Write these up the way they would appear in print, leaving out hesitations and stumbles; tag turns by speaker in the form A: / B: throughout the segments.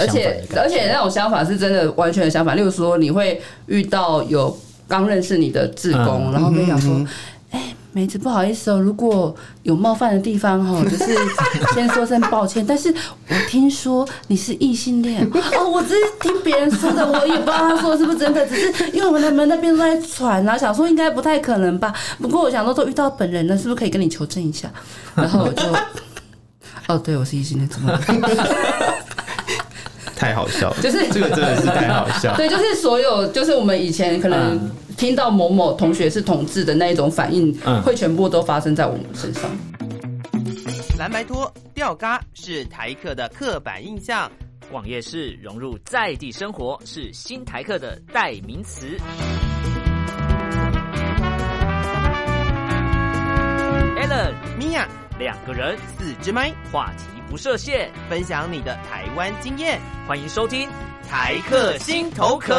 A: 而且那种想法是真的完全的相反。例如说，你会遇到有刚认识你的志工，然后跟你讲说，梅子不好意思哦，如果有冒犯的地方哈，就是先说声抱歉。但是我听说你是异性恋哦，我只是听别人说的，我也不知道他说的是不是真的，只是因为我们那边都在传啊，想说应该不太可能吧。不过我想说都遇到本人了，是不是可以跟你求证一下？然后我就，哦，对，我是异性恋，怎么了？
B: 太好笑了，
A: 就是
B: 这个真的是太好笑。
A: 对，就是所有，就是我们以前可能听到某某同学是同志的那一种反应，会全部都发生在我们身上。
C: 蓝白拖、吊嘎是台客的刻板印象，
D: 逛夜市融入在地生活是新台客的代名词。Alan、
C: Mia
D: 两个人
C: 4支麦，
D: 话题不设限，
C: 分享你的台湾经验，
D: 欢迎收听
C: 台客心头壳。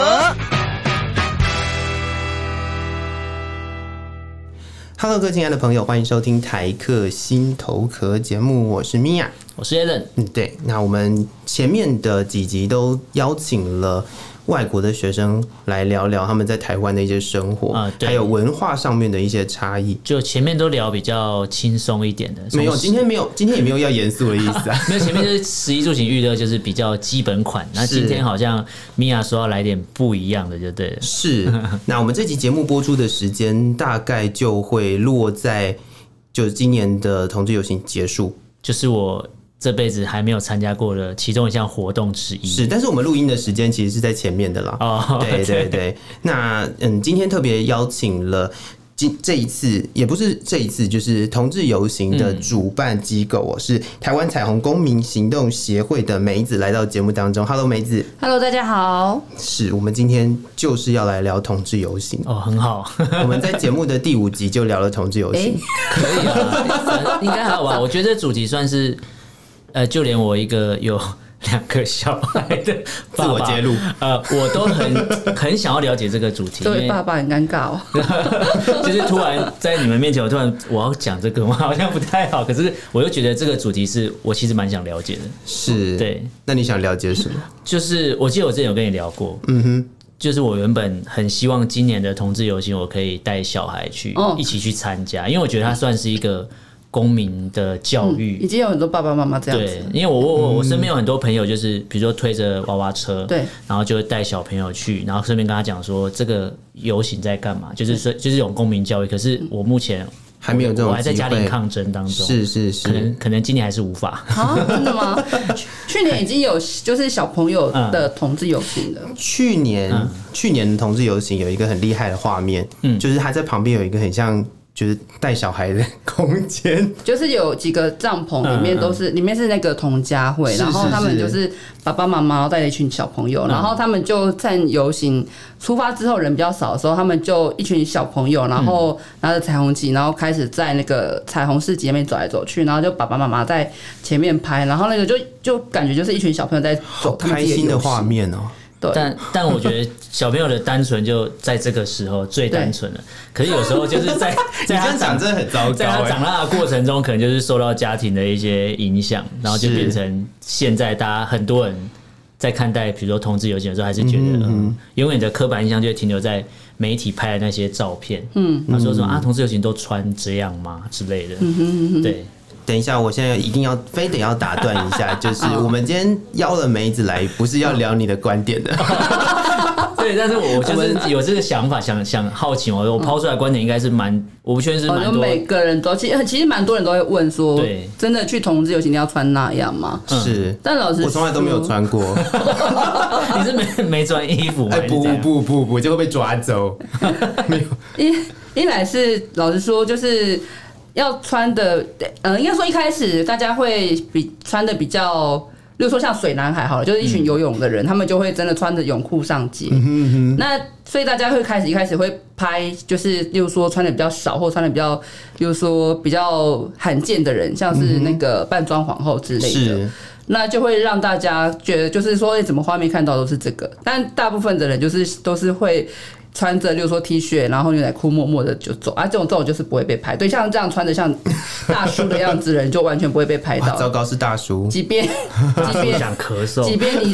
B: Hello， 各位亲爱的朋友，欢迎收听台客心头壳节目，我是 Mia，
D: 我是 Alan。
B: 对，那我们前面的几集都邀请了外国的学生来聊聊他们在台湾的一些生活，还有文化上面的一些差异。
D: 就前面都聊比较轻松一点的，
B: 没有，今天也没有要严肃的意思啊。
D: 没有，前面就是食衣住行娱乐，就是比较基本款。那今天好像米娅说要来点不一样的，就对了。
B: 是，那我们这集节目播出的时间大概就会落在就是今年的同志游行结束，
D: 就是我这辈子还没有参加过的其中一项活动之一。
B: 是，但是我们录音的时间其实是在前面的啦。
D: 哦，
B: 对对对。那今天特别邀请了这一次，也不是这一次，就是同志游行的主办机构，是台湾彩虹公民行动协会的梅子来到节目当中。Hello， 梅子。
A: Hello， 大家好。
B: 是我们今天就是要来聊同志游行
D: 哦，很好。
B: 我们在节目的第5集就聊了同志游行，
D: 可以啊，应该还好吧？我觉得这主题算是。就连我一个有2个小孩的爸爸，
B: 自我揭露，
D: 我都很想要了解这个主题。
A: 对，爸爸很尴尬哦。
D: 就是突然在你们面前，我要讲这个吗？好像不太好。可是我又觉得这个主题是我其实蛮想了解的。
B: 是，
D: 对。
B: 那你想了解什么？
D: 就是我记得我之前有跟你聊过，就是我原本很希望今年的同志游行，我可以带小孩去一起去参加，因为我觉得它算是一个公民的教育，
A: 已经有很多爸爸妈妈这样子。
D: 对，因为我身边有很多朋友，就是比如说推着娃娃车，
A: 对，
D: 然后就会带小朋友去，然后顺便跟他讲说这个游行在干嘛，就是说就是这种公民教育。可是我目前
B: 还没有这种机会，
D: 我还在家庭抗争当中，
B: 是，
D: 可能今年还是无法。
A: 啊，真的吗？去年已经有就是小朋友的同志游行了。
B: 去年的同志游行有一个很厉害的画面，就是他在旁边有一个很像。就是带小孩的空间，
A: 就是有几个帐篷，里面都是里面是那个同家会，然后他们就是爸爸妈妈，然后带了一群小朋友，然后他们就在游行出发之后人比较少的时候，他们就一群小朋友，然后拿着彩虹旗，然后开始在那个彩虹市集那边走来走去，然后就爸爸妈妈在前面拍，然后那个就感觉就是一群小朋友在走他们自己的游行，
B: 开心的画面哦。
D: 但我觉得小朋友的单纯就在这个时候最单纯了。可是有时候就是在
B: 他长真的很糟糕，
D: 在他长大的过程中，可能就是受到家庭的一些影响，然后就变成现在大家很多人在看待，比如说同志游行的时候，还是觉得永远的刻板印象就会停留在媒体拍的那些照片，他说什么同志游行都穿这样吗之类的，对。
B: 等一下，我现在一定要非得要打断一下，就是我们今天邀了梅子来，不是要聊你的观点的。
D: 对，但是我就是有这个想法，想好奇我抛出来的观点应该是我不确定是蛮多。
A: 每个人都其实蛮多人都会问说，对，真的去同志游行你要穿那样吗？
B: 是，
A: 但老实说，
B: 我从来都没有穿过。
D: 你是没穿衣服吗？
B: 不，就会被抓走。没有，
A: 一来是老实说，就是要穿的，应该说一开始大家会穿的比较，例如说像水男孩好了，就是一群游泳的人，他们就会真的穿着泳裤上街。那所以大家会一开始会拍，就是例如说穿的比较少，或穿的比较，例如说比较罕见的人，像是那个扮装皇后之类的。 那就会让大家觉得就是说，怎么画面看到都是这个，但大部分的人都是会穿着，例如说 T 恤，然后牛仔裤，默默的就走啊。这种就是不会被拍。对，像这样穿着像大叔的样子的人，就完全不会被拍到。
B: 糟糕，是大叔。
A: 即便
D: 想咳嗽，
A: 即便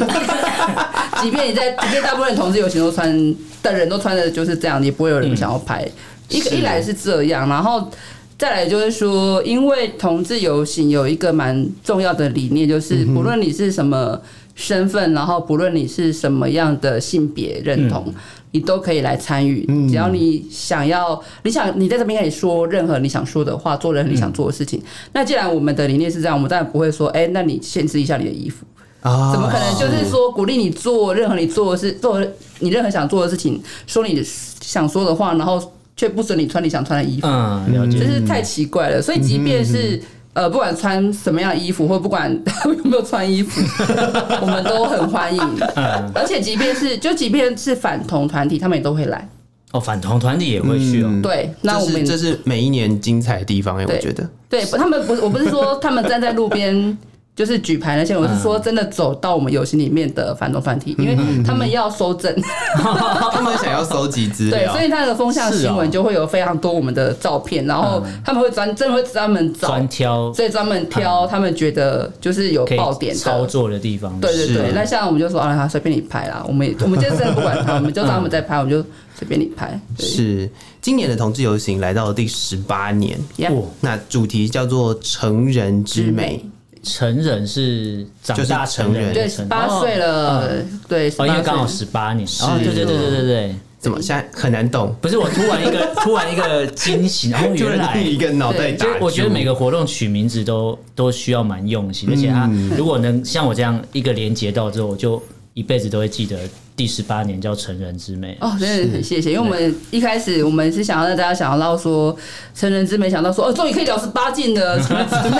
A: 大部分同志游行的人都穿的就是这样，也不会有人想要拍。一来是这样，然后再来就是说，因为同志游行有一个蛮重要的理念，就是不论你是什么身份，然后不论你是什么样的性别认同。你都可以来参与，只要你想要，你在这边可以说任何你想说的话，做任何你想做的事情。那既然我们的理念是这样，我们当然不会说，那你限制一下你的衣服，怎么可能？就是说鼓励你做任何你做的事，做你任何想做的事情，说你想说的话，然后却不准你穿你想穿的衣服，
D: 了解，
A: 就是太奇怪了。所以即便是。不管穿什么样的衣服，或不管有没有穿衣服，我们都很欢迎。而且即便是反同团体，他们也都会来。
D: 哦，反同团体也会去哦。
A: 对，那我们
B: 这是每一年精彩的地方我觉得。
A: 对，他们我不是说他们站在路边。就是举牌那些，我是说真的走到我们游行里面的反同团体，因为他们要收证，
B: 他们想要搜集资料，
A: 对，所以他的风向新闻就会有非常多我们的照片，然后他们会真的会专门找
D: 专挑，
A: 所以专门挑他们觉得就是有爆点的
D: 操作的地方。
A: 对对对，那像我们就说啊，随便你拍啦，我们就真的不管他，我们就让他们在拍，我们就随便你拍。
B: 是今年的同志游行来到了第18年，那主题叫做成人之美。
D: 成人是长大成人，
A: 对，18岁了，对，
D: 因为刚好18年，对，
B: 怎么现在很难懂？
D: 不是我突然一个惊喜，然后原来
B: 一个脑袋打住。
D: 我觉得每个活动取名字都需要蛮用心，而且它如果能像我这样一个连结到之后，我就一辈子都会记得第18年叫成人之美。
A: 哦，真的很谢谢，因为我们一开始我们是想要让大家想到说成人之美，想到说终于可以聊18禁的成人之美。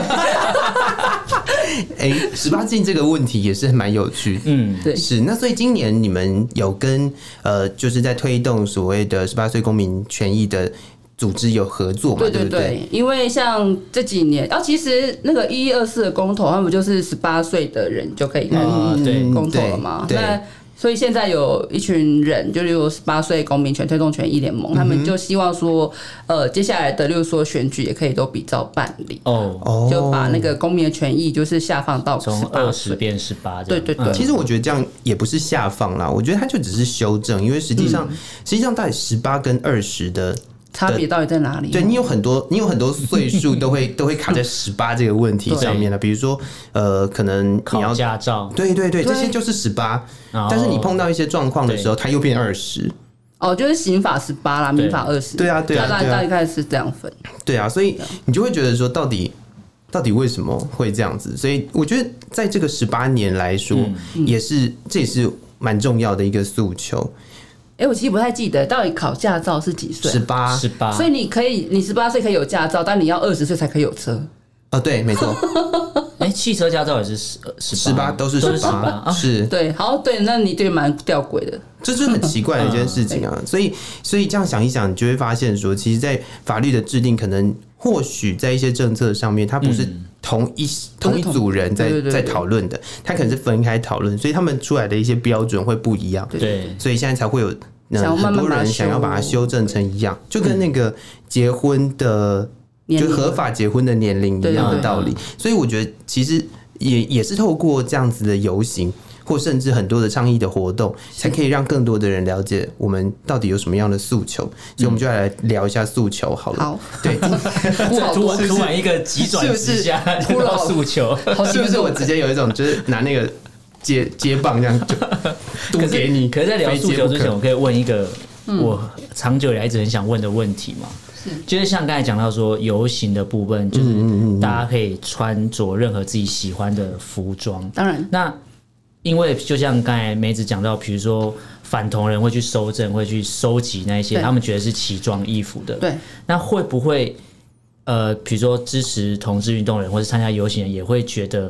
B: 18禁这个问题也是蛮有趣的，
A: 对，
B: 是。那所以今年你们有跟就是在推动所谓的18岁公民权益的组织有合作嘛？对不对？
A: 因为像这几年，其实那个1124的公投，他们就是18岁的人就可以开始公投了嘛。那所以现在有一群人，就例如18岁公民权推动权益联盟，他们就希望说，接下来的例如说选举也可以都比照办理，就把那个公民的权益就是下放到
D: 从20变18，
A: 对对对。
B: 其实我觉得这样也不是下放啦，我觉得它就只是修正，因为实际上到底18跟20的。
A: 差别到底在哪里？
B: 对，你有很多岁数都会卡在18这个问题上面了。比如说，可能你要
D: 考驾照，
B: 对，这些就是18，但是你碰到一些状况的时候，它又变20。
A: 就是刑法18啦，民法20。
B: 对啊，
A: 大概是这样分。
B: 对啊，所以你就会觉得说，到底为什么会这样子？所以我觉得在这个18年来说，这也是蛮重要的一个诉求。
A: 我其实不太记得到底考驾照是几岁
B: ？18，
A: 所以你18岁可以有驾照，但你要20岁才可以有车。
B: 对，没错。
D: 汽车驾照也是18，
B: 都是18，是。
A: 对，好，对，那你对蛮吊诡的，
B: 这是很奇怪的一件事情啊。所以这样想一想，你就会发现说，其实，在法律的制定，可能或许在一些政策上面，它不是同一组人在讨论的，它可能是分开讨论，所以他们出来的一些标准会不一样。
D: 对，
B: 所以现在才会有很多人想要把它修正成一样，就跟那个结婚的。就合法结婚的年龄一样的道理，所以我觉得其实也是透过这样子的游行，或甚至很多的倡议的活动，才可以让更多的人了解我们到底有什么样的诉求。所以我们就来聊一下诉求好了。
A: 好，
B: 对，
D: 突然一个急转直下，พู到诉求，
B: 是不是我直接有一种就是拿那个接棒这样就嘟给你？
D: 可是在聊诉求之前，我可以问一个我长久以来一直很想问的问题吗？就是像刚才讲到说游行的部分，就是大家可以穿着任何自己喜欢的服装。
A: 当然，
D: 那因为就像刚才梅子讲到，比如说反同人会去搜证，会去收集那些他们觉得是奇装异服的。
A: 对，
D: 那会不会比如说支持同志运动人或是参加游行人也会觉得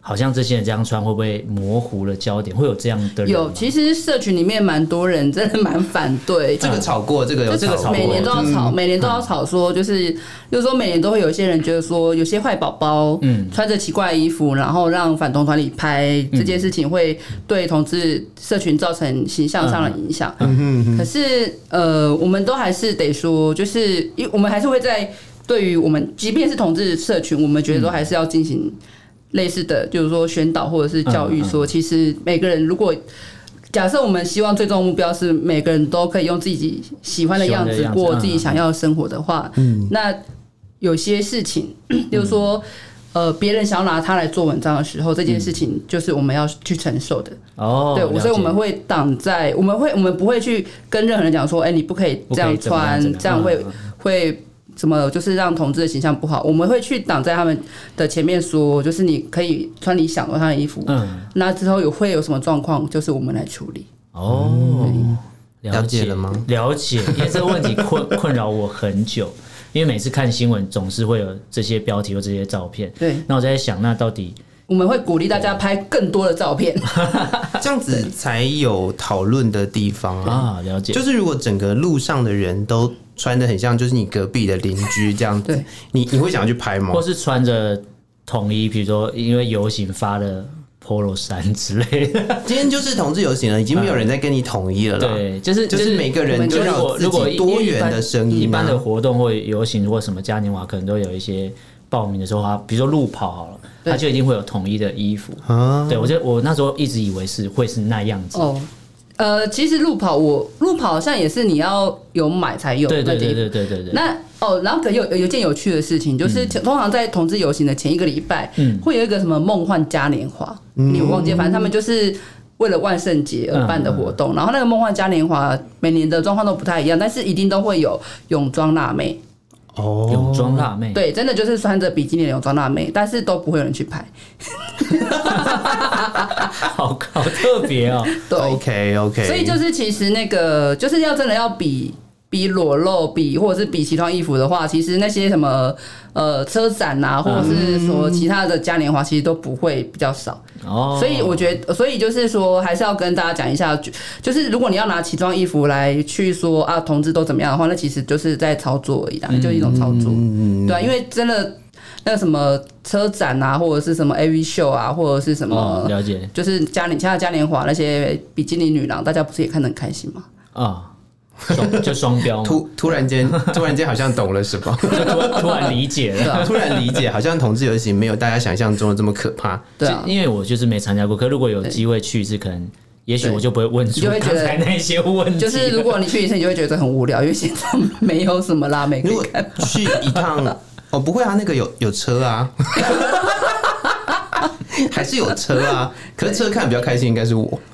D: 好像这些人这样穿会不会模糊了焦点？会有这样的人吗？
A: 有，其实社群里面蛮多人真的蛮反对
B: 这个吵过，这个有吵过，
A: 每年都要吵，每年都要吵说，就是说每年都会有一些人觉得说，有些坏宝宝，穿着奇怪的衣服，然后让反同团体拍这件事情，会对同志社群造成形象上的影响。可是我们都还是得说，就是我们还是会在对于我们，即便是同志社群，我们觉得都还是要进行类似的，就是说宣导或者是教育，说其实每个人如果假设我们希望最终的目标是每个人都可以用自己喜欢的样子过自己想要的生活的话，那有些事情，就是说别人想要拿它来做文章的时候，这件事情就是我们要去承受的。
D: 哦，
A: 对，所以我们会挡在，我们不会去跟任何人讲说，你不可以这样穿，这样会。什么就是让同志的形象不好，我们会去挡在他们的前面说，就是你可以穿你想穿的衣服，那之后会有什么状况，就是我们来处理。
D: 哦，
B: 了解了吗？
D: 了解，因为这个问题困扰我很久，因为每次看新闻总是会有这些标题或这些照片，
A: 对，
D: 那我在想，那到底
A: 我们会鼓励大家拍更多的照片，
B: 这样子才有讨论的地方啊。
D: 了解，
B: 就是如果整个路上的人都穿得很像，就是你隔壁的邻居这样子，你会想要去拍吗？
D: 或是穿着统一，比如说因为游行发的 polo 衫之类的。
B: 今天就是同志游行了，已经没有人在跟你统一了啦。
D: 对，就是
B: 每个人都要自己多元的声音。
D: 一般的活动或游行或什么嘉年华，可能都有一些报名的时候，比如说路跑好了，他就一定会有统一的衣服。对，我那时候一直以为会是那样子。
A: 其实路跑好像也是你要有买才有。
D: 对。
A: 那然后可有一件有趣的事情，就是通常在同志游行的前一个礼拜，会有一个什么梦幻嘉年华，你忘记，反正他们就是为了万圣节而办的活动。然后那个梦幻嘉年华每年的状况都不太一样，但是一定都会有泳装辣妹。
D: 泳装辣妹，
A: 对，真的就是穿着比基尼的泳装辣妹，但是都不会有人去拍。
D: 好特别哦。
A: 对
B: ，OK，
A: 所以就是其实那个就是要真的要比裸露或者是比奇装异服的话，其实那些什么车展啊，或者是说其他的嘉年华，其实都不会比较少。所以我觉得，所以就是说，还是要跟大家讲一下，就是如果你要拿奇装异服来去说啊，同志都怎么样的话，那其实就是在操作而已啦，就是一种操作。对啊，因为真的那个什么车展啊，或者是什么 AV 秀啊，或者是什么，
D: 了解，
A: 就是其他嘉年华那些比基尼女郎，大家不是也看得很开心吗？
D: 就双标，
B: 突然间好像懂了什么，
D: 突然理解了，
B: 突然理解，好像同志游行没有大家想象中的这么可怕。
A: 对啊，
D: 因为我就是没参加过，可如果有机会去一次，可能也许我就不会问出刚才那些问题。
A: 就是如果你去一次，你就会觉得很无聊，因为现在没有什么辣妹可以看。
B: 如果去一趟，不会啊，那个有车啊。还是有车啊，可是车看比较开心应该是我。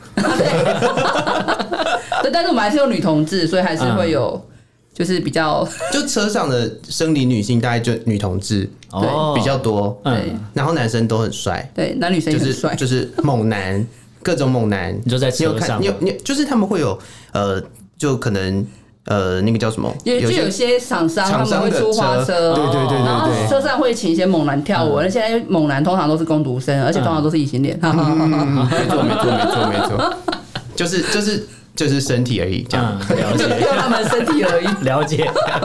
A: 对，但是我们还是有女同志，所以还是会有，就是比较
B: 就车上的生理女性大概就女同志比较多，然后男生都很帅，
A: 对，男女生也很帅，
B: 就是猛男，各种猛男。
D: 你就在车上，
B: 你就是他们会有就可能。那个叫什么？
A: 有些厂商他们会出花车，
B: 对，
A: 然后车上会请一些猛男跳舞。那现在猛男通常都是工读生，而且通常都是异性恋。没
B: 错，就是身体而已，这样
D: 了解，
A: 就他们身体而已，
D: 了解。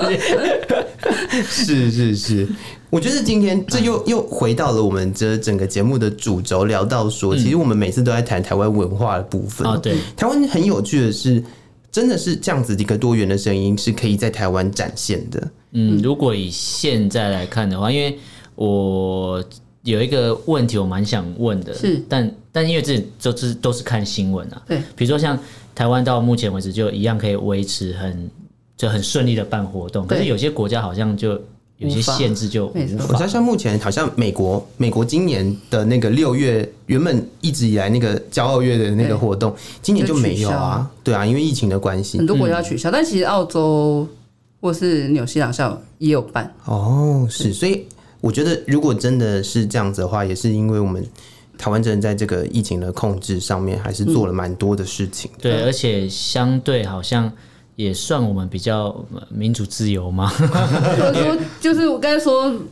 B: 是，我觉得今天这又回到了我们这整个节目的主轴，聊到说，其实我们每次都在谈台湾文化的部分。
D: 对，
B: 台湾很有趣的是。真的是这样子的一个多元的声音是可以在台湾展现的。
D: 如果以现在来看的话，因为我有一个问题我蛮想问的，但因为这都是看新闻啊，
A: 对，
D: 比如说像台湾到目前为止就一样可以维持很顺利的办活动，可是有些国家好像就有些限制就无法。
B: 我知道像目前好像美国今年的那个6月，原本一直以来那个骄傲月的那个活动，今年就没有啊。对啊，因为疫情的关系，
A: 很多国家取消，但其实澳洲或是纽西兰校也有办。
B: 是，所以我觉得如果真的是这样子的话，也是因为我们台湾真的在这个疫情的控制上面还是做了蛮多的事情。
D: 对，而且相对好像。也算我们比较民主自由吗？
A: 就是我刚才说，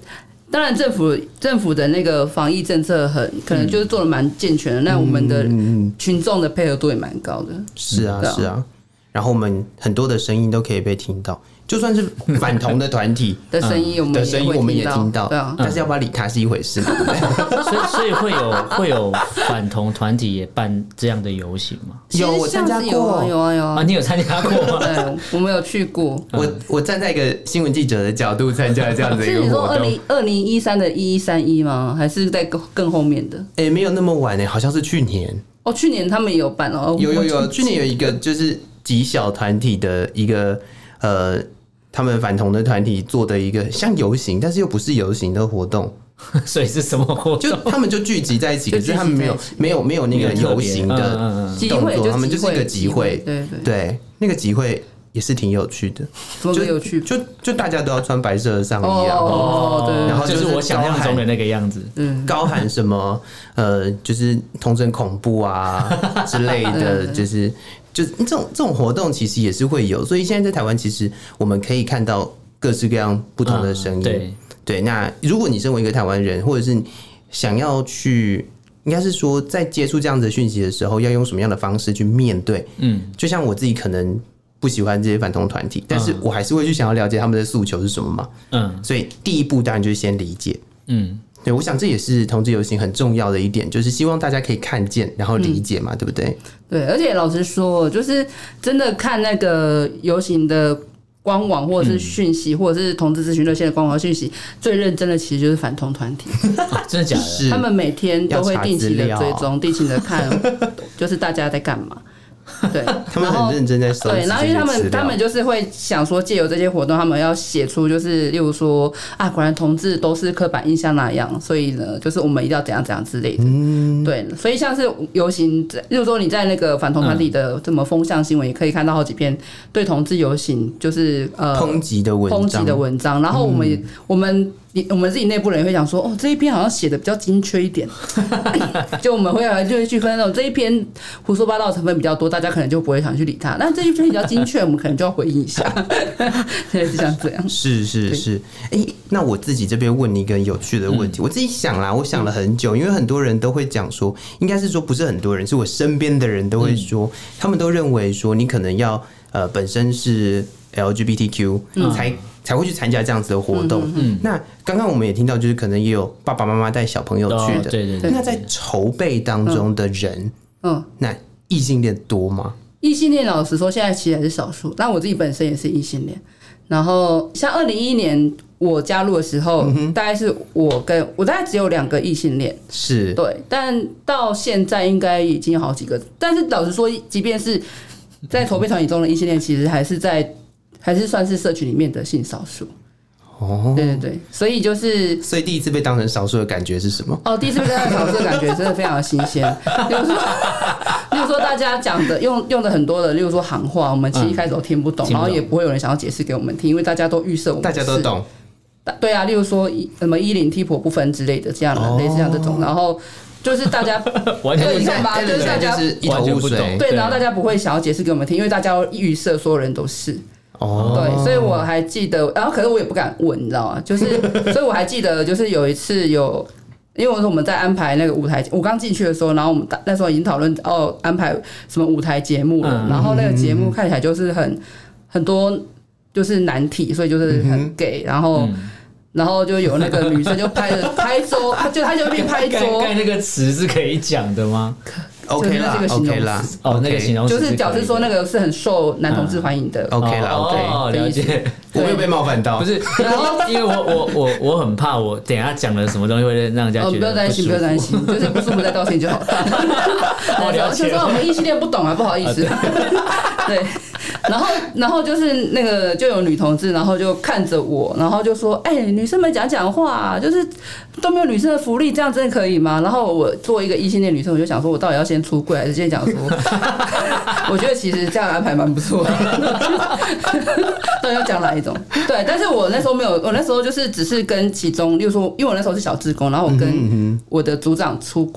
A: 当然政府的那个防疫政策可能就是做的蛮健全的，那我们的群众的配合度也蛮高的。
B: 是啊，是啊。然后我们很多的声音都可以被听到，就算是反同的团体
A: 的声音，我们也听到，
B: 对啊。但是要不要理他是一回事嘛，对不
D: 对？所以会有反同团体也办这样的游行吗？
B: 有，我参加过，
A: 有啊。
D: 你有参加过吗？
A: 对，我们有去过。
B: 我站在一个新闻记者的角度参加这样的一个活动。
A: 是你说2013的1131吗？还是在更后面的？
B: 没有那么晚好像是去年。
A: 哦，去年他们也有办哦。
B: 有，去年有一个就是极小团体的一个他们反同的团体做的一个像游行，但是又不是游行的活动。
D: 所以是什么活动？
B: 就他们就聚集在一起，可是他们没有那个游行的动作，他们就是一个集会。对，那个集会也是挺有趣的。
A: 怎么有趣？
B: 就大家都要穿白色的上衣啊，
A: 对，
B: 然后
D: 就是我想象中的那个样子，
B: 高喊什么就是同声恐怖啊之类的，就是这种活动其实也是会有，所以现在在台湾其实我们可以看到各式各样不同的声音。对，那如果你身为一个台湾人，或者是想要去，应该是说在接触这样子的讯息的时候，要用什么样的方式去面对？就像我自己可能不喜欢这些反同团体，但是我还是会去想要了解他们的诉求是什么嘛。所以第一步当然就是先理解。对，我想这也是同志游行很重要的一点，就是希望大家可以看见，然后理解嘛，对不对？
A: 对，而且老实说，就是真的看那个游行的官网或者是讯息，或者是同志咨询热线的官网讯息，最认真的其实就是反同团体。
D: 真的假的？
A: 他们每天都会定期的追踪，定期的看，就是大家在干嘛。对，
B: 他们很认真在收集。
A: 对，然后因为他们就是会想说，借由这些活动，他们要写出就是例如说啊，果然同志都是刻板印象那样，所以呢，就是我们一定要怎样怎样之类的。对，所以像是游行，例如说你在那个反同团体的这么风向新闻，也可以看到好几篇对同志游行就是
B: 抨击的
A: 文章，然后我们自己内部人也会讲说，哦，这一篇好像写的比较精确一点，就我们会去分那种这一篇胡说八道成分比较多，大家可能就不会想去理他。但这一篇比较精确，我们可能就要回应一下，类似像这样。
B: 是。那我自己这边问你一个有趣的问题，我自己想啦，我想了很久，因为很多人都会讲说，应该是说不是很多人，是我身边的人都会说，他们都认为说你可能要本身是 LGBTQ 才会去参加这样子的活动。那刚刚我们也听到，就是可能也有爸爸妈妈带小朋友去的。
D: 对。
B: 那在筹备当中的人，那异性恋多吗？
A: 异性恋老实说，现在其实还是少数。那我自己本身也是异性恋。然后像2011年我加入的时候，大概是我大概只有2个异性恋，
B: 是
A: 对。但到现在应该已经有好几个。但是老实说，即便是在筹备团体中的异性恋，其实还是算是社群里面的性少数。对，所以
B: 第一次被当成少数的感觉是什么？
A: 第一次被当成少数的感觉真的非常的新鲜。例如说大家讲的用的很多的，例如说行话，我们其实一开始都听不懂，然后也不会有人想要解释给我们听，因为大家都预设我们
B: 大家都懂。
A: 对啊，例如说什么衣领踢婆不分之类的这样的，类似像这种，然后就是大家
D: 完全
A: 你看吧，就是大家
B: 就是一头雾水。
A: 对，然后大家不会想要解释给我们听，因为大家预设所有人都是。对，所以我还记得，然后可是我也不敢问，你知道吗？所以我还记得，就是有一次因为我们在安排那个舞台，我刚进去的时候，然后我们那时候已经讨论安排什么舞台节目了，然后那个节目看起来就是很多就是难题，所以就是很 gay，然后就有那个女生就拍桌，她就变拍桌。
D: 那个词是可以讲的吗
B: ？OK 啦，
D: 那个形容词
A: 就是表示说那个是很受男同志欢迎的。
B: OK 啦
D: ，OK， 了解。
B: 我没有被冒犯到，
D: 不是，然后因为我很怕我等一下讲了什么东西会让人家觉得
A: 不要担心，就是不舒服再道歉就好了。就说我们异性恋不懂啊，不好意思。对。然后就是那个就有女同志，然后就看着我，然后就说：“女生们讲话，就是都没有女生的福利，这样真的可以吗？”然后我作为一个异性恋女生，我就想说，我到底要先出柜，还是先讲说，我觉得其实这样安排蛮不错的。到底要讲哪一种？对，但是我那时候没有，我那时候就是只是跟其中，例如说，因为我那时候是小志工，然后我跟我的组长出柜。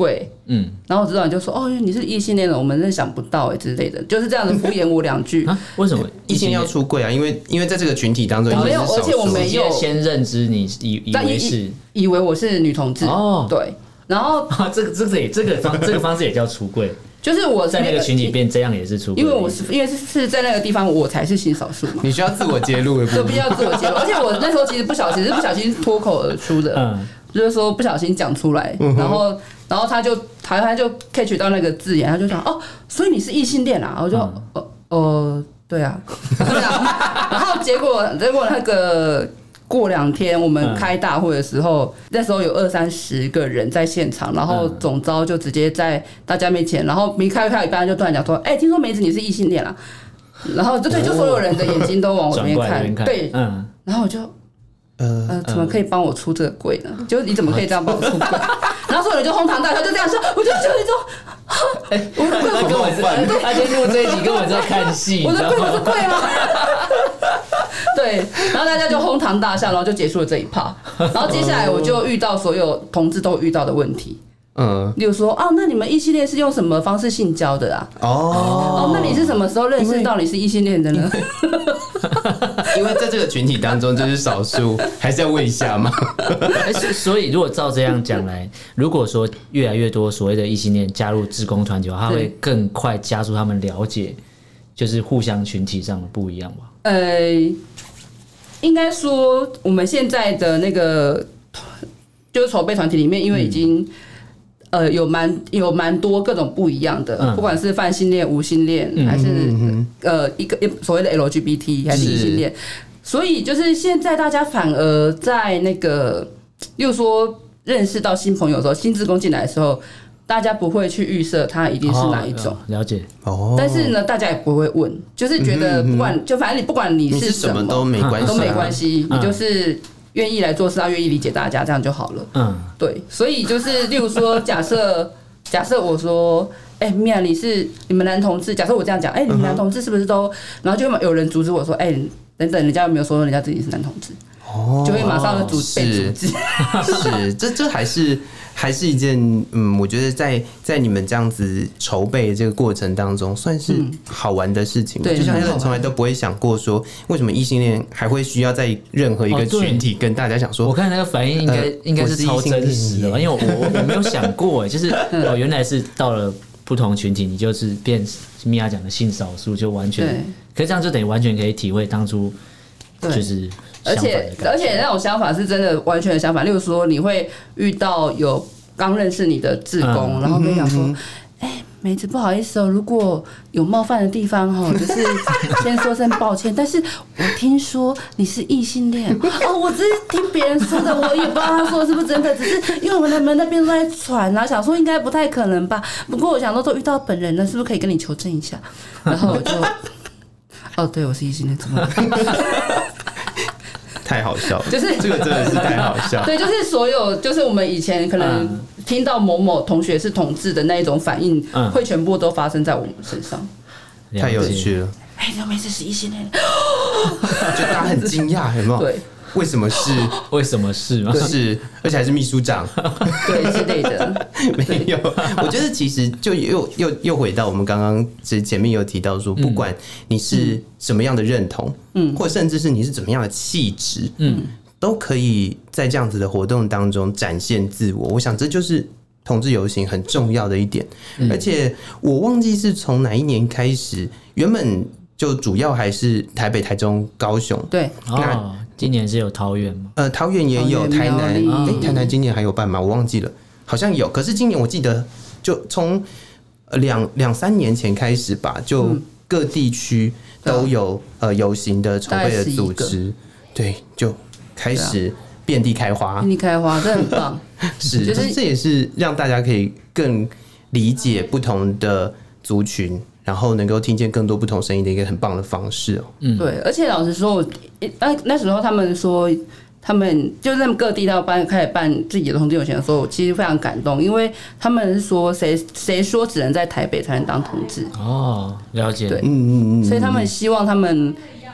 A: 然后指导员就说：“哦，你是异性恋的，我们真的想不到之类的，就是这样子敷衍我2句。
D: 为什么
B: 异性要出柜啊？因为在这个群体当中，
A: 没有，而且我没有
D: 先认知你以为
A: 我是女同志哦，对，然后
D: 这个方式也叫出柜。
A: 就是我
D: 在那个群体变这样也是出柜，
A: 因为是在那个地方我才是性少数嘛。
B: 你需要自我揭露，
A: 对，必须要自我揭露。而且我那时候其实不小心脱口而出的，就是说不小心讲出来，然后他就 catch 到那个字眼，他就讲哦，所以你是异性恋啊？我就对啊，然后结果那个。过2天我们开大会的时候，那时候有20-30个人在现场，然后总召就直接在大家面前，然后没开一半就突然讲说：“听说梅子你是异性恋啦。”然后就所有人的眼睛都往我这边看，对，然后我就怎么可以帮我出这个柜呢？就是你怎么可以这样帮我出柜？然后所有人就哄堂大笑，就这样说，我就觉得说，
D: 他今天录这一集跟我在看戏，
A: 我的柜是柜吗？对，然后大家就哄堂大笑，然后就结束了这一趴。然后接下来我就遇到所有同志都遇到的问题，例如说那你们异性恋是用什么方式性交的啊？那你是什么时候认识到你是异性恋的呢？
B: 因为在这个群体当中，就是少数，还是要问一下嘛。
D: 所以如果照这样讲来，如果说越来越多所谓的异性恋加入志工团体，它会更快加速他们了解，就是互相群体上的不一样吧？
A: 应该说我们现在的那个就是筹备团体里面，因为已经有蛮多各种不一样的，不管是泛性恋、无性恋，还是一个所谓的 LGBT 还是异性恋，所以就是现在大家反而在那个，例如说认识到新朋友的时候，新志工进来的时候，大家不会去预设他一定是哪一种，
D: 了解。
A: 但是呢，大家也不会问，就是觉得不管就反正你不管你是什么
B: 都没关系，
A: 你就是愿意来做事，他愿意理解大家，这样就好了。对，所以就是例如说，假设我说，米娅，你们男同志，假设我这样讲，你们男同志是不是都，然后就有人阻止我说，等等，人家有没有说人家自己是男同志？就会马上被阻止。
B: 是，这还是一件我觉得在你们这样子筹备的这个过程当中，算是好玩的事情。就像从来都不会想过说，为什么异性恋还会需要在任何一个群体跟大家讲说，
D: 我看那个反应应该是超真实的吧？因为我没有想过，就是原来是到了不同群体，你就是变米娅讲的性少数，就完全，可是这样就等于完全可以体会当初就是
A: 而且那种想法是真的完全的相反。例如说，你会遇到有刚认识你的志工，然后跟你讲说：“梅子，不好意思如果有冒犯的地方就是先说声抱歉。但是我听说你是异性恋我只是听别人说的，我也不知道他说的是不是真的，只是因为我们那边都在传想说应该不太可能吧。不过我想说都遇到本人了，是不是可以跟你求证一下？”然后我就对，我是异性恋，怎么了？
B: 太好笑了，
A: 就是
B: 这个真的是太好笑。
A: 对，就是所有，就是我们以前可能听到某某同学是同志的那一种反应，会全部都发生在我们身上。
B: 太有趣了！
A: 你梅子是异性恋，
B: 就大家很惊讶，有没有？
A: 对。
B: 为什么是？
D: 为什么是吗？
B: 是，而且还是秘书长，
A: 对之类的。
B: 没有，我觉得其实就又回到我们刚刚前面有提到说，不管你是什么样的认同，或甚至是你是怎么样的气质，都可以在这样子的活动当中展现自我。我想这就是同志游行很重要的一点。而且我忘记是从哪一年开始，原本就主要还是台北、台中、高雄。
A: 对，
D: 那今年是有桃园吗？
B: 桃园也有，台南，台南今年还有办吗？我忘记了，好像有。可是今年我记得，就从2-3年前开始吧，就各地区都有游行的筹备的组织，对，就开始遍地开花，
A: 遍地开花，这很棒。
B: 是，就是这也是让大家可以更理解不同的族群，然后能够听见更多不同声音的一个很棒的方式
A: 对，而且老实说，那时候他们说，他们就在各地开始办自己的同志游行的时候，我其实非常感动，因为他们是说谁说只能在台北才能当同志？
D: 了解。
A: 对，所以他们希望他们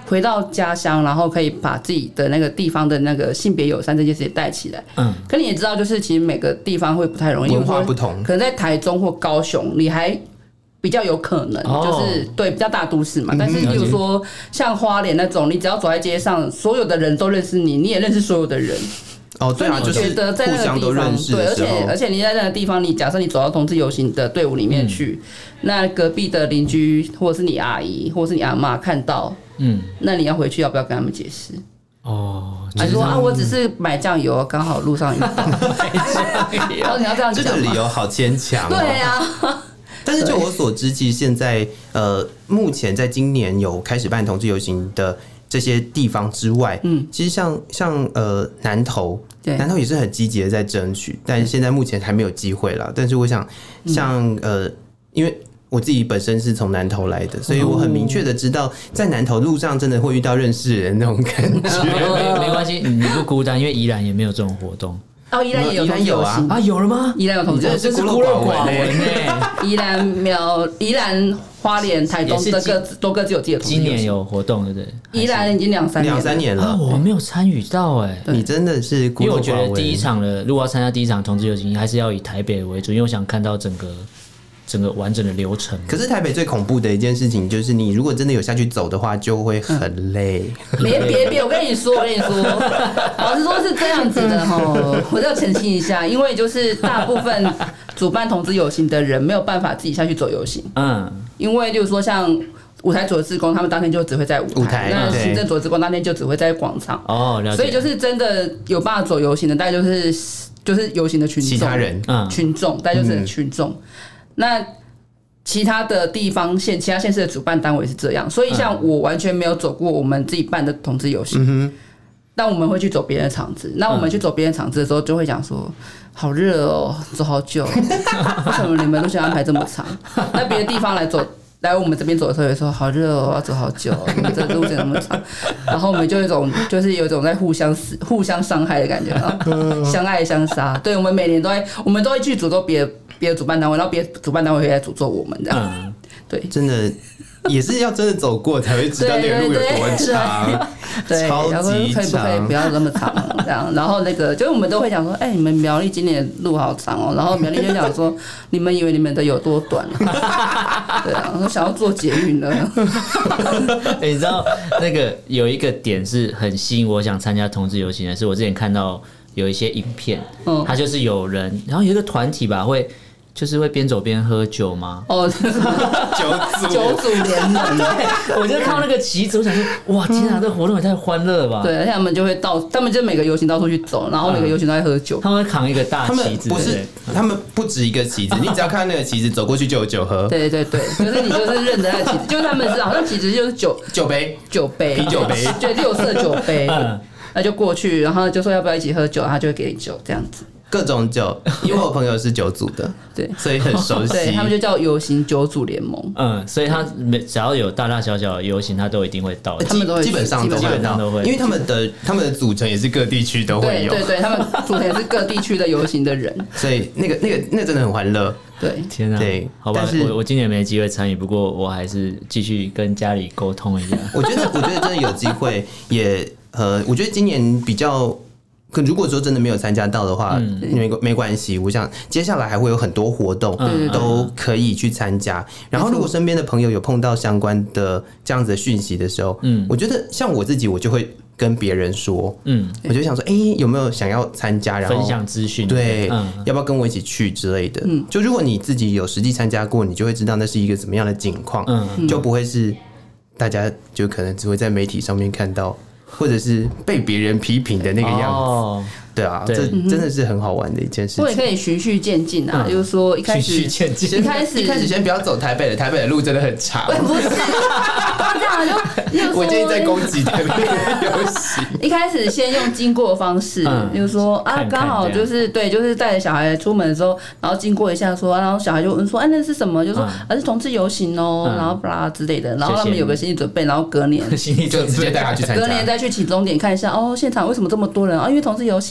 A: 回到家乡，然后可以把自己的那个地方的那个性别友善这件事情带起来。可你也知道，就是其实每个地方会不太容易，
B: 文化不同，
A: 可能在台中或高雄，你还比较有可能，就是对比较大都市嘛。但是例如说像花莲那种，你只要走在街上，所有的人都认识你，你也认识所有的人。
B: 对啊，就是
A: 觉得在那个地方，对，而且你在那个地方，你假设你走到同志游行的队伍里面去，那隔壁的邻居或者是你阿姨或者是你阿嬷看到，那你要回去要不要跟他们解释？还说我只是买酱油，刚好路上有。然后你要这样讲，
B: 这个理由好牵强。
A: 对啊。
B: 但是就我所知，其实现在目前在今年有开始办同志游行的这些地方之外，其实像南投也是很积极的在争取，但是现在目前还没有机会啦。但是我想，像因为我自己本身是从南投来的，所以我很明确的知道，在南投路上真的会遇到认识人那种感觉。
D: 没关系，你不孤单，因为宜兰也没有这种活动。
A: 宜兰也有同志游行
D: 啊，有了吗？
A: 宜兰有同志游行，
B: 真是孤陋寡闻
A: 宜兰、花莲、台东都各自有自己的同志游行。
D: 今年有活动，对不对？
A: 宜兰已经2、3年了。
D: 我没有参与到
B: 你真的是孤陋寡闻。
D: 因为我觉得第一场如果要参加第一场同志游行，还是要以台北为主，因为我想看到整个完整的流程。
B: 可是台北最恐怖的一件事情就是，你如果真的有下去走的话，就会很累。
A: 别，我跟你说，老实说是这样子的哈，我要澄清一下，因为就是大部分主办同志游行的人没有办法自己下去走游行，因为例如说像舞台组的志工，他们当天就只会在舞台，那行政组的志工当天就只会在广场。
D: 了解。
A: 所以就是真的有办法走游行的，大概就是游行的群众，
B: 其他人
A: 群众，大概就是群众。那其他的地方其他县市的主办单位是这样，所以像我完全没有走过我们自己办的同志游行，但我们会去走别人的场子。那我们去走别人场子的时候，就会讲说好热哦，走好久，为什么你们都想安排这么长？那别的地方来我们这边走的时候，也说好热哦，要走好久，你们这路线那么长，然后我们就有一种在互相伤害的感觉，相爱相杀。对，我们每年我们都会去诅咒别的主办单位，然后别的主办单位会来诅咒我们这样。对，
B: 真的也是要真的走过才会知道那个路有多长，
A: 对，
B: 超级长，
A: 可以不可以不要这么长这样？然后就是我们都会讲说，你们苗栗今年的路好长哦，然后苗栗就讲说，你们以为你们的有多短？对啊，我想要做捷运了。
D: 你知道那个有一个点是很吸引我想参加同志游行的，是我之前看到有一些影片，它就是有人，然后有一个团体吧会。就是会边走边喝酒吗？
A: 酒组联盟。
D: 我就看到那个旗子，我想说，哇，天啊，这活动也太欢乐了吧！
A: 对，而且他们就每个游行到处去走，然后每个游行都在喝酒。
D: 他们会扛一个大旗子，
B: 他们不止一个旗子，你只要看到那个旗子走过去就有酒喝。
A: 对，就是你就是认得那个旗子，就是他们是好像旗子就是酒杯、啤酒杯，对，6色酒杯，那就过去，然后就说要不要一起喝酒，他就会给你酒这样子。
B: 各种酒，因为我朋友是酒组的，
A: 对，
B: 所以很熟悉。
A: 对，他们就叫游行酒组联盟。
D: 所以他只要有大大小小的游行，他都一定会到。
A: 他们都会
B: 基本上都会，因为他们的组成也是各地区都会有。
A: 对，他们组成也是各地区的游行的人，
B: 所以那个真的很欢乐。
A: 对，
D: 天啊，对，好吧，我今年没机会参与，不过我还是继续跟家里沟通一下。
B: 我觉得真的有机会，也我觉得今年比较。可如果说真的没有参加到的话，没关系。我想接下来还会有很多活动都可以去参加。然后如果身边的朋友有碰到相关的这样子的讯息的时候，我觉得像我自己，我就会跟别人说，我就想说，有没有想要参加，然后
D: 分享资讯，
B: 对，要不要跟我一起去之类的。就如果你自己有实际参加过，你就会知道那是一个怎么样的景况，就不会是大家就可能只会在媒体上面看到。或者是被别人批评的那个样子，对啊，这真的是很好玩的一件事情。
A: 我也可以循序渐进啊，就是说一开始
B: 先不要走台北的，台北的路真的很长。
A: 不是，这样就
B: 我今天在攻击台北的游行。
A: 一开始先用经过的方式，就是说刚好就是对，就是带着小孩出门的时候，然后经过一下说，然后小孩就问说，那是什么？就说是同志游行哦，然后巴拉之类的，然后他们有个心理准备，然后隔年
B: 就直接带他去参加，
A: 隔年再去起终点看一下，现场为什么这么多人？因为同志游行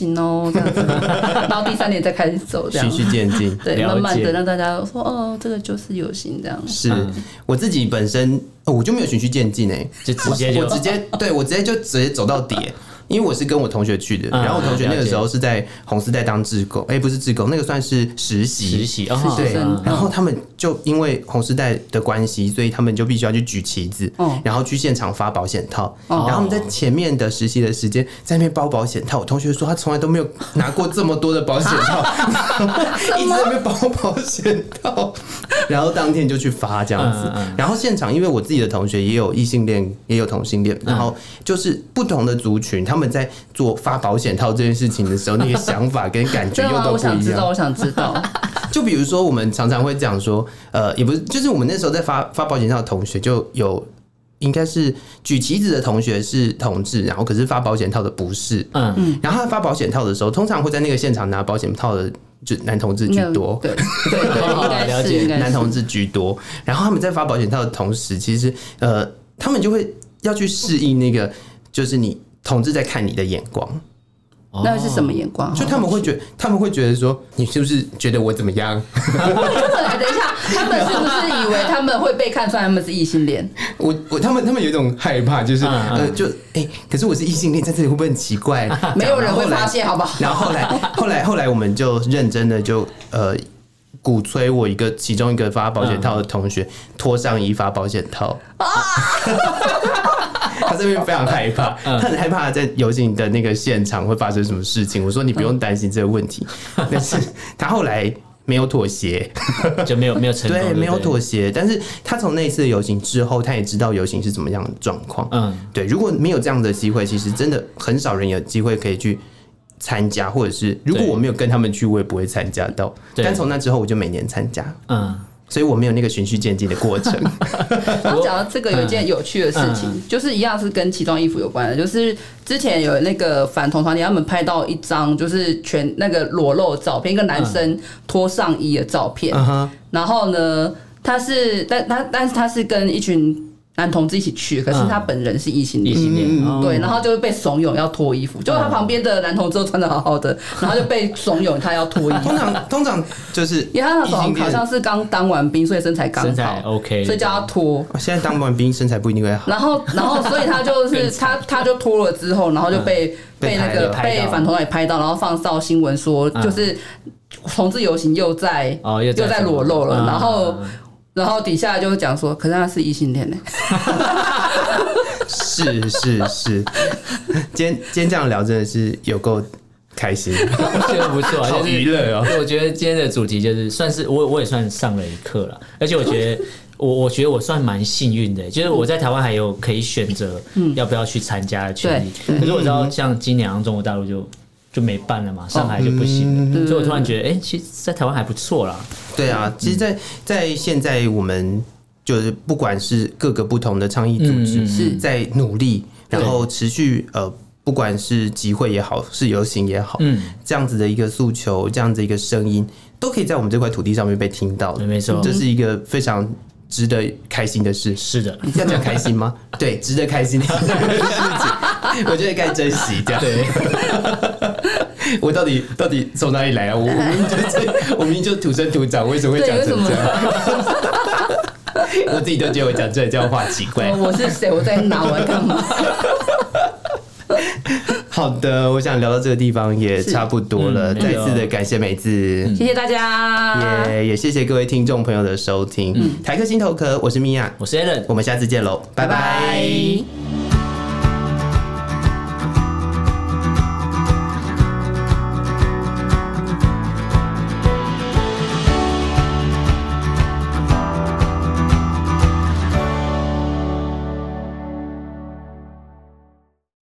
A: 行哦，这样子，然后第3年再开始走，这样
B: 循序渐进。
A: 对，
D: 了解
A: 慢慢的让大家说哦，这个就是游行这样。
B: 是我自己本身，我就没有循序渐进
D: 就直接就
B: 我直接走到底。因为我是跟我同学去的，然后我同学那个时候是在红丝带当志工，不是志工，那个算是实习，对。然后他们就因为红丝带的关系，所以他们就必须要去举旗子，然后去现场发保险套。然后他们在前面的实习的时间在那边包保险套，我同学说他从来都没有拿过这么多的保险套，一直在那边包保险套，然后当天就去发这样子。然后现场因为我自己的同学也有异性恋，也有同性恋，然后就是不同的族群，他们在做发保险套这件事情的时候，那个想法跟感觉又都不一样。
A: 我想知道。
B: 就比如说，我们常常会讲说，也不是，就是我们那时候在发保险套的同学，就有应该是举旗子的同学是同志，然后可是发保险套的不是。然后他发保险套的时候，通常会在那个现场拿保险套的。就男同志居多，
A: 对，了解，
B: 男同志居多。然后他们在发保险套的同时，其实他们就会要去适应那个，就是你同志在看你的眼光。
A: 那是什么眼光？
B: 就他们会觉得说，你是不是觉得我怎么样？
A: 等一下，他们是不是以为他们会被看出来他们是异性恋？
B: 他们有一种害怕，就是可是我是异性恋，在这里会不会很奇怪？
A: 没有人会发现，好不好？
B: 然后后来我们就认真的就鼓吹我其中一个发保险套的同学脱上衣发保险套。他这边非常害怕，他很害怕在游行的那个现场会发生什么事情。我说你不用担心这个问题，但是他后来没有妥协，
D: 就没有成功，
B: 对，没有妥协。但是他从那一次的游行之后，他也知道游行是怎么样的状况。对，如果没有这样的机会，其实真的很少人有机会可以去参加，或者是如果我没有跟他们去，我也不会参加到。但从那之后，我就每年参加。所以我没有那个循序渐进的过程。
A: 然后讲到这个，有一件有趣的事情，就是一样是跟奇装异服有关的，就是之前有那个反同团体，他们拍到一张就是全那个裸露的照片，一个男生脱上衣的照片。然后呢，但是他是跟一群男同志一起去，可是他本人是异性恋，对，然后就被怂恿要脱衣服，就他旁边的男同志都穿得好好的，然后就被怂恿他要脱衣服。
B: 通常就是
A: 因为他那时候好像是刚当完兵，所以身材刚好
D: OK，
A: 所以叫他脱。
B: 现在当完兵身材不一定会好。
A: 然后所以他就是他就脱了之后，然后就被那个被反同也拍到，然后放到新闻说就是同志游行又在裸露了，然后底下就讲说，可是他是异性恋呢。
B: 是，今天这样聊真的是有够开心，
D: 我觉得不错，
B: 好娱乐哦。
D: 我觉得今天的主题就是算是我也算上了一课了，而且我觉得我觉得我算蛮幸运的，就是我在台湾还有可以选择要不要去参加的权利。可是我知道像今年中国大陆就没办了嘛，上海就不行了，所以我突然觉得，其实在台湾还不错啦。
B: 对啊，其实在现在我们就是不管是各个不同的倡议组织是在努力，然后持续不管是集会也好，是游行也好，这样子的一个诉求，这样子的一个声音，都可以在我们这块土地上面被听到的。
D: 没错，
B: 这是一个非常值得开心的事。
D: 是的，
B: 要讲开心吗？对，值得开心的事情，我觉得该珍惜。这样，对。我到底从哪里来啊？我明明就土生土长，为什么会讲成这样？我自己都觉得我讲这样话奇怪。
A: 我是谁？我在哪？我在干嘛？
B: 好的，我想聊到这个地方也差不多了。再次的感谢美姿，
A: 谢谢大家，
B: 也谢谢各位听众朋友的收听。台客心头壳，我是米娅，
D: 我是 Alan，
B: 我们下次见喽，拜拜。